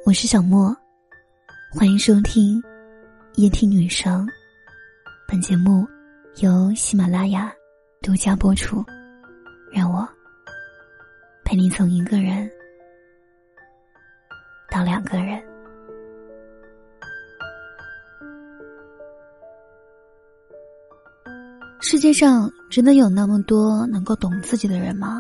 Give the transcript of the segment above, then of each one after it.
我是小莫，欢迎收听夜听女生。本节目由喜马拉雅独家播出，让我陪你从一个人到两个人。世界上真的有那么多能够懂自己的人吗？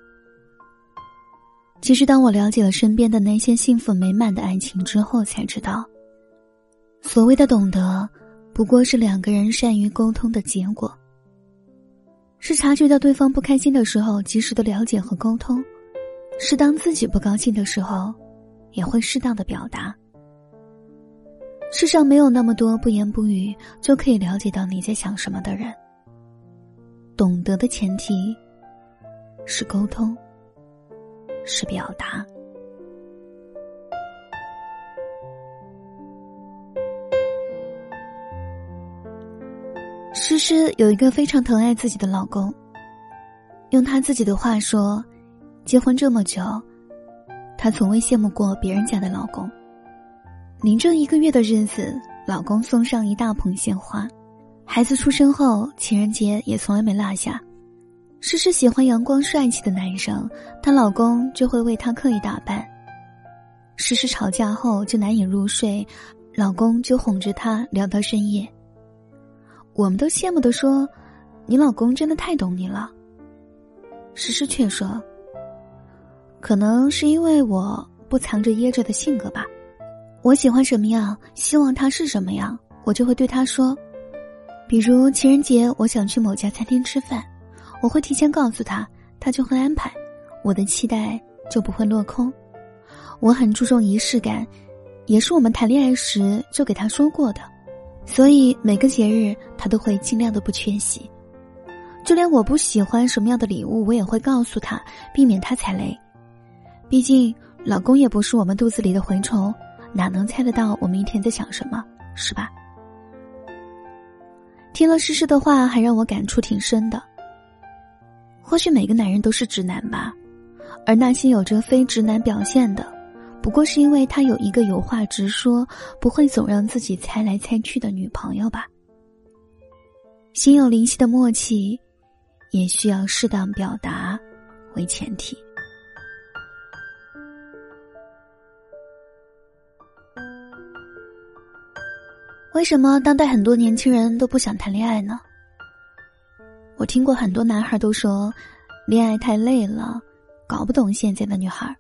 其实当我了解了身边的那些幸福美满的爱情之后，才知道所谓的懂得不过是两个人善于沟通的结果，是察觉到对方不开心的时候及时的了解和沟通，是当自己不高兴的时候也会适当的表达。世上没有那么多不言不语就可以了解到你在想什么的人，懂得的前提是沟通，是表达。诗诗有一个非常疼爱自己的老公，用她自己的话说，结婚这么久，她从未羡慕过别人家的老公。领证1个月的日子，老公送上一大捧鲜花，孩子出生后，情人节也从来没落下。诗诗喜欢阳光帅气的男生，她老公就会为她刻意打扮。诗诗吵架后就难以入睡，老公就哄着她聊到深夜。我们都羡慕地说，你老公真的太懂你了。诗诗却说，可能是因为我不藏着掖着的性格吧，我喜欢什么样，希望他是什么样，我就会对他说。比如情人节我想去某家餐厅吃饭，我会提前告诉他，他就会安排，我的期待就不会落空。我很注重仪式感，也是我们谈恋爱时就给他说过的，所以每个节日他都会尽量的不缺席。就连我不喜欢什么样的礼物，我也会告诉他，避免他踩雷。毕竟老公也不是我们肚子里的蛔虫，哪能猜得到我们一天在想什么，是吧？听了诗诗的话，还让我感触挺深的。或许每个男人都是直男吧，而那些有着非直男表现的，不过是因为他有一个有话直说，不会总让自己猜来猜去的女朋友吧。心有灵犀的默契，也需要适当表达为前提。为什么当代很多年轻人都不想谈恋爱呢？我听过很多男孩都说，恋爱太累了，搞不懂现在的女孩。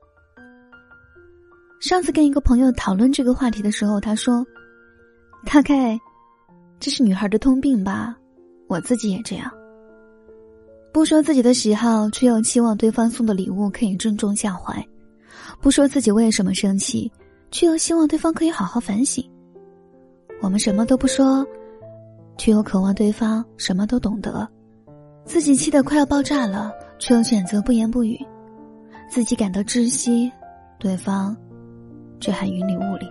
上次跟一个朋友讨论这个话题的时候，他说，大概这是女孩的通病吧，我自己也这样。不说自己的喜好，却又期望对方送的礼物可以正中下怀；不说自己为什么生气，却又希望对方可以好好反省。我们什么都不说，却又渴望对方什么都懂得。自己气得快要爆炸了，却又选择不言不语。自己感到窒息，对方却还云里雾里。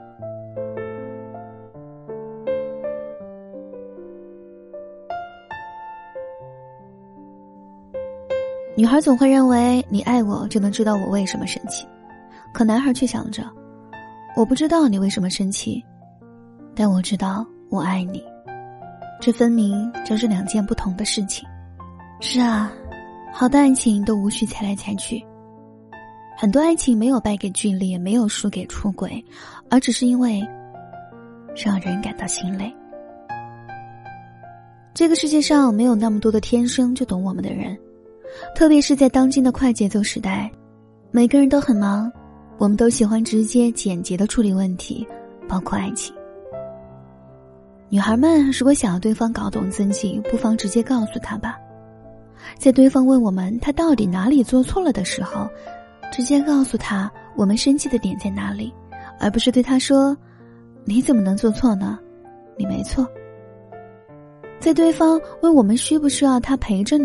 女孩总会认为你爱我就能知道我为什么生气，可男孩却想着，我不知道你为什么生气，但我知道我爱你，这分明就是两件不同的事情。是啊，好的爱情都无需猜来猜去，很多爱情没有败给剧烈，没有输给出轨，而只是因为让人感到心累。这个世界上没有那么多的天生就懂我们的人，特别是在当今的快节奏时代，每个人都很忙，我们都喜欢直接简洁的处理问题，包括爱情。女孩们如果想要对方搞懂自己，不妨直接告诉他吧。在对方问我们他到底哪里做错了的时候，直接告诉他我们生气的点在哪里，而不是对他说，你怎么能做错呢？你没错。在对方问我们需不需要他陪着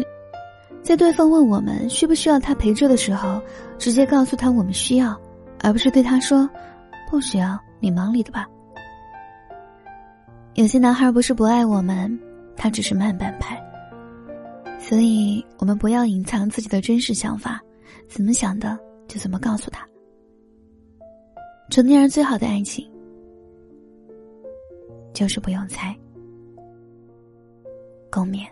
的时候，直接告诉他我们需要，而不是对他说，不需要，你忙里的吧。有些男孩不是不爱我们，他只是慢半拍。所以我们不要隐藏自己的真实想法，怎么想的就怎么告诉他。 成年人最好的爱情就是不用猜。共勉。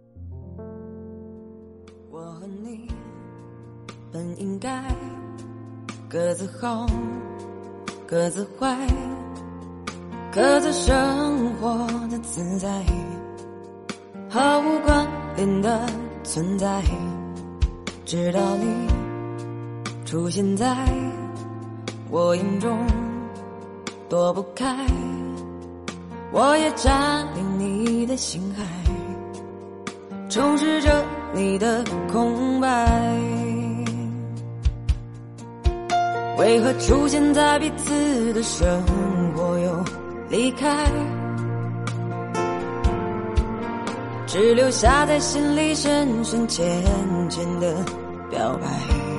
我和你本应该各自好各自坏，各自生活的自在，毫无关联的存在，直到你出现在我眼中，躲不开，我也占领你的心海，充实着你的空白。为何出现在彼此的生活又离开，只留下在心里深深浅浅的表白。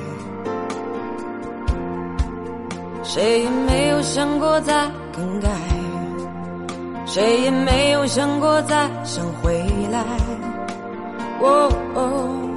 谁也没有想过再更改，谁也没有想过再想回来。哦哦